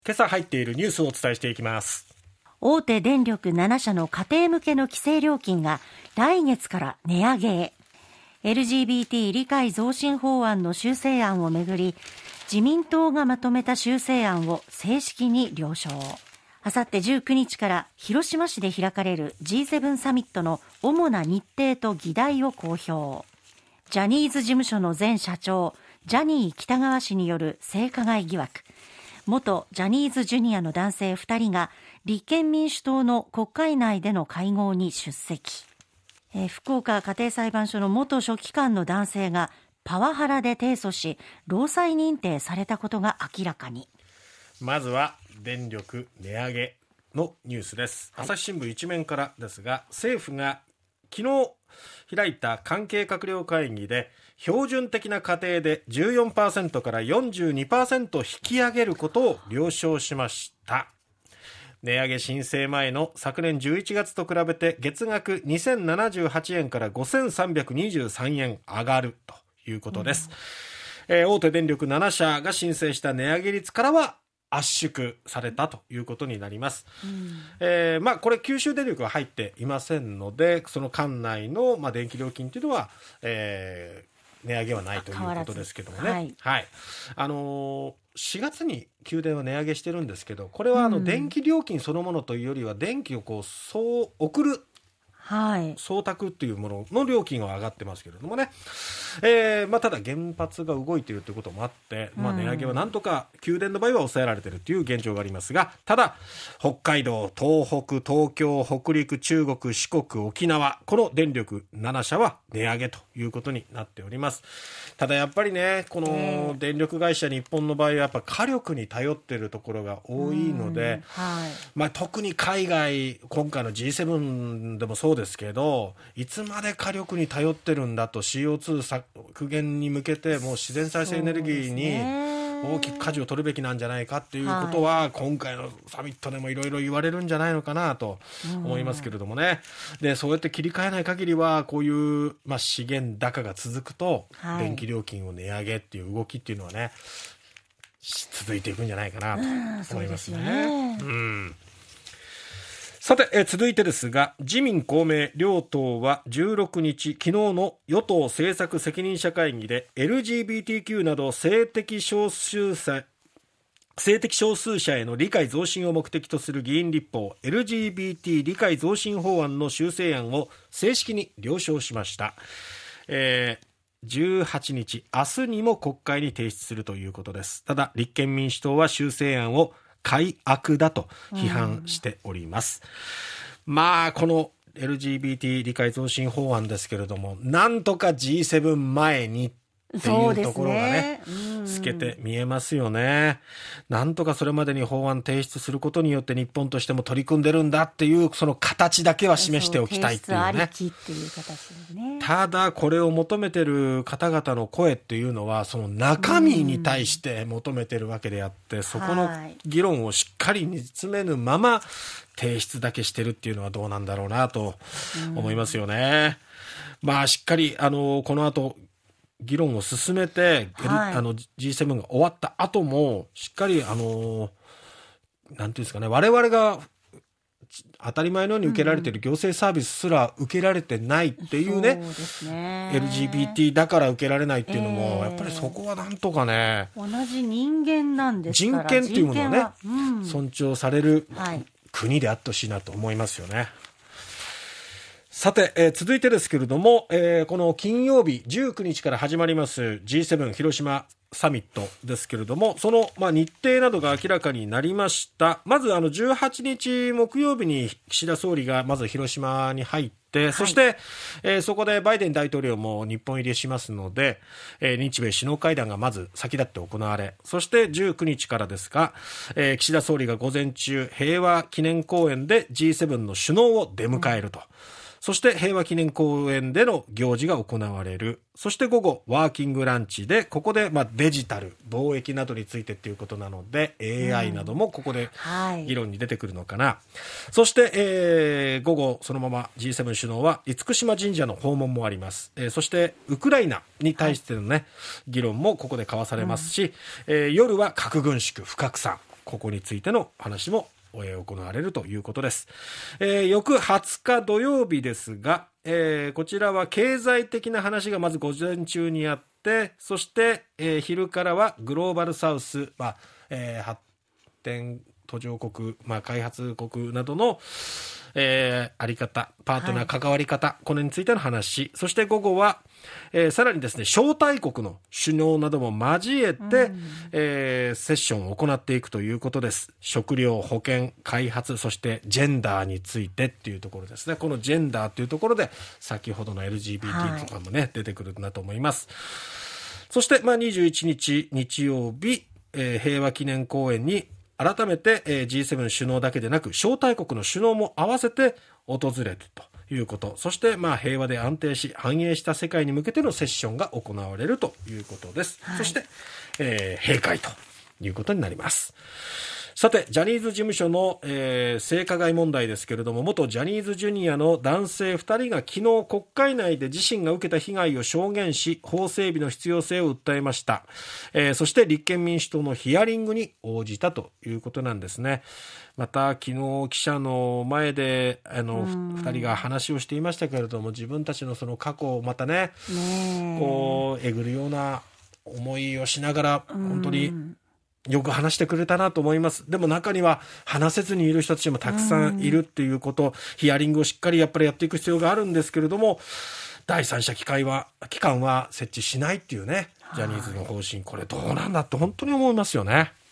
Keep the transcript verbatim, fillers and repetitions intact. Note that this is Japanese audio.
今朝入っているニュースをお伝えしていきます。 大手電力なな社の家庭向けの規制料金が来月から値上げへ。 エルジービーティー 理解増進法案の修正案をめぐり、自民党がまとめた修正案を正式に了承。あさってじゅうくにちから広島市で開かれる ジーセブン サミットの主な日程と議題を公表。ジャニーズ事務所の前社長ジャニー喜多川氏による性加害疑惑、元ジャニーズジュニアの男性ふたりが立憲民主党の国会内での会合に出席。えー、福岡家庭裁判所の元書記官の男性がパワハラで提訴し、労災認定されたことが明らかに。 まずは電力値上げのニュースです。朝日新聞一面からですが、政府が昨日開いた関係閣僚会議で、標準的な家庭で じゅうよんパーセント から よんじゅうにパーセント 引き上げることを了承しました。値上げ申請前の昨年じゅういちがつと比べて月額にせんななじゅうはちえんからごせんさんびゃくにじゅうさんえん上がるということです。うんえー、大手電力なな社が申請した値上げ率からは圧縮されたということになります。うんえーまあ、これ九州電力は入っていませんので、その管内の、まあ、電気料金というのは、えー値上げはないということですけどもね、はいはい、あのー、しがつに給電は値上げしてるんですけど、これはあの電気料金そのものというよりは電気をこうそう送る、はい、送託っていうものの料金は上がってますけれどもね、えーまあ、ただ原発が動いているということもあって、まあ、値上げはなんとか給電の場合は抑えられているという現状がありますが、ただ北海道、東北、東京、北陸、中国、四国、沖縄、この電力なな社は値上げということになっております。ただやっぱりね、この電力会社日本の場合はやっぱ火力に頼っているところが多いので、はいまあ、特に海外、今回の ジーセブン でもそうですけど、いつまで火力に頼ってるんだと シーオーツー 削減に向けてもう自然再生エネルギーに大きく舵を取るべきなんじゃないかっていうことは、はい、今回のサミットでもいろいろ言われるんじゃないのかなと思いますけれどもね。でそうやって切り替えない限りはこういう、まあ、資源高が続くと、はい、電気料金を値上げっていう動きっていうのはね続いていくんじゃないかなと思いますね。うん、そうですよね。うんさて、え続いてですが、自民公明両党はじゅうろくにち、昨日の与党政策責任者会議で エルジービーティーキュー など性的少数者性的少数者への理解増進を目的とする議員立法 エルジービーティー 理解増進法案の修正案を正式に了承しました。えーじゅうはちにち、明日にも国会に提出するということです。ただ立憲民主党は修正案を改悪だと批判しております。うん、まあこの エルジービーティー 理解増進法案ですけれども、なんとか ジーセブン 前にっていうところがね、透けて見えますよね。なんとかそれまでに法案提出することによって日本としても取り組んでるんだっていうその形だけは示しておきたいっていうね。提出ありきっていう形ですね。ただこれを求めてる方々の声っていうのはその中身に対して求めてるわけであって、うん、そこの議論をしっかり煮詰めぬまま提出だけしてるっていうのはどうなんだろうなと思いますよね。うん、まあしっかりあのこの後議論を進めて、はい、あの ジーセブン が終わった後もしっかりあのなんていうんですかね、我々が当たり前のように受けられている行政サービスすら受けられてないっていうね、そうですね、エルジービーティー だから受けられないっていうのも、えー、やっぱりそこはなんとかね、 同じ人間なんですから、 人権っていうものをね、うん、尊重される国であってほしいなと思いますよね。さて、えー、続いてですけれども、えー、この金曜日じゅうくにちから始まります ジーセブン 広島サミットですけれども、その、まあ、日程などが明らかになりました。まずあのじゅうはちにち木曜日に岸田総理がまず広島に入って、はい、そして、えー、そこでバイデン大統領も日本入りしますので、えー、日米首脳会談がまず先立って行われ、そしてじゅうくにちからですが、えー、岸田総理が午前中平和記念公園で ジーセブン の首脳を出迎えると、うん、そして平和記念公園での行事が行われる。そして午後ワーキングランチで、ここでまあデジタル貿易などについてっていうことなので、うん、エーアイ などもここで議論に出てくるのかな、はい、そして、えー、午後そのまま ジーセブン 首脳は厳島神社の訪問もあります、えー、そしてウクライナに対してのね、はい、議論もここで交わされますし、うん、えー、夜は核軍縮不拡散、 ここについての話も行われるということです。えー、翌はつか土曜日ですが、えー、こちらは経済的な話がまず午前中にあって、そして、えー、昼からはグローバルサウス、まあえー、発展途上国、まあ、開発国などの、えー、あり方、パートナー関わり方、はい、これについての話、そして午後は、えー、さらにですね、招待国の首脳なども交えて、うんえー、セッションを行っていくということです。食料、保健、開発、そしてジェンダーについてっていうところですね。このジェンダーっていうところで、先ほどの エルジービーティー とかもね、はい、出てくるんだと思います。そして、まあ、にじゅういちにち日曜日、えー、平和記念公園に改めて、えー、ジーセブン 首脳だけでなく招待国の首脳も合わせて訪れるということ、そしてまあ平和で安定し繁栄した世界に向けてのセッションが行われるということです、はい、そして、えー、閉会ということになります。さてジャニーズ事務所の、えー、性加害問題ですけれども、元ジャニーズジュニアの男性ふたりが昨日国会内で自身が受けた被害を証言し、法整備の必要性を訴えました、えー、そして立憲民主党のヒアリングに応じたということなんですね。また昨日記者の前であのふたりが話をしていましたけれども、自分たちのその過去をまた ね, ねこうえぐるような思いをしながら本当によく話してくれたなと思います。でも中には話せずにいる人たちもたくさんいるっていうこと、ヒアリングをしっかりやっぱりやっていく必要があるんですけれども、第三者機関は機関は設置しないっていうね、ジャニーズの方針、これどうなんだって本当に思いますよね。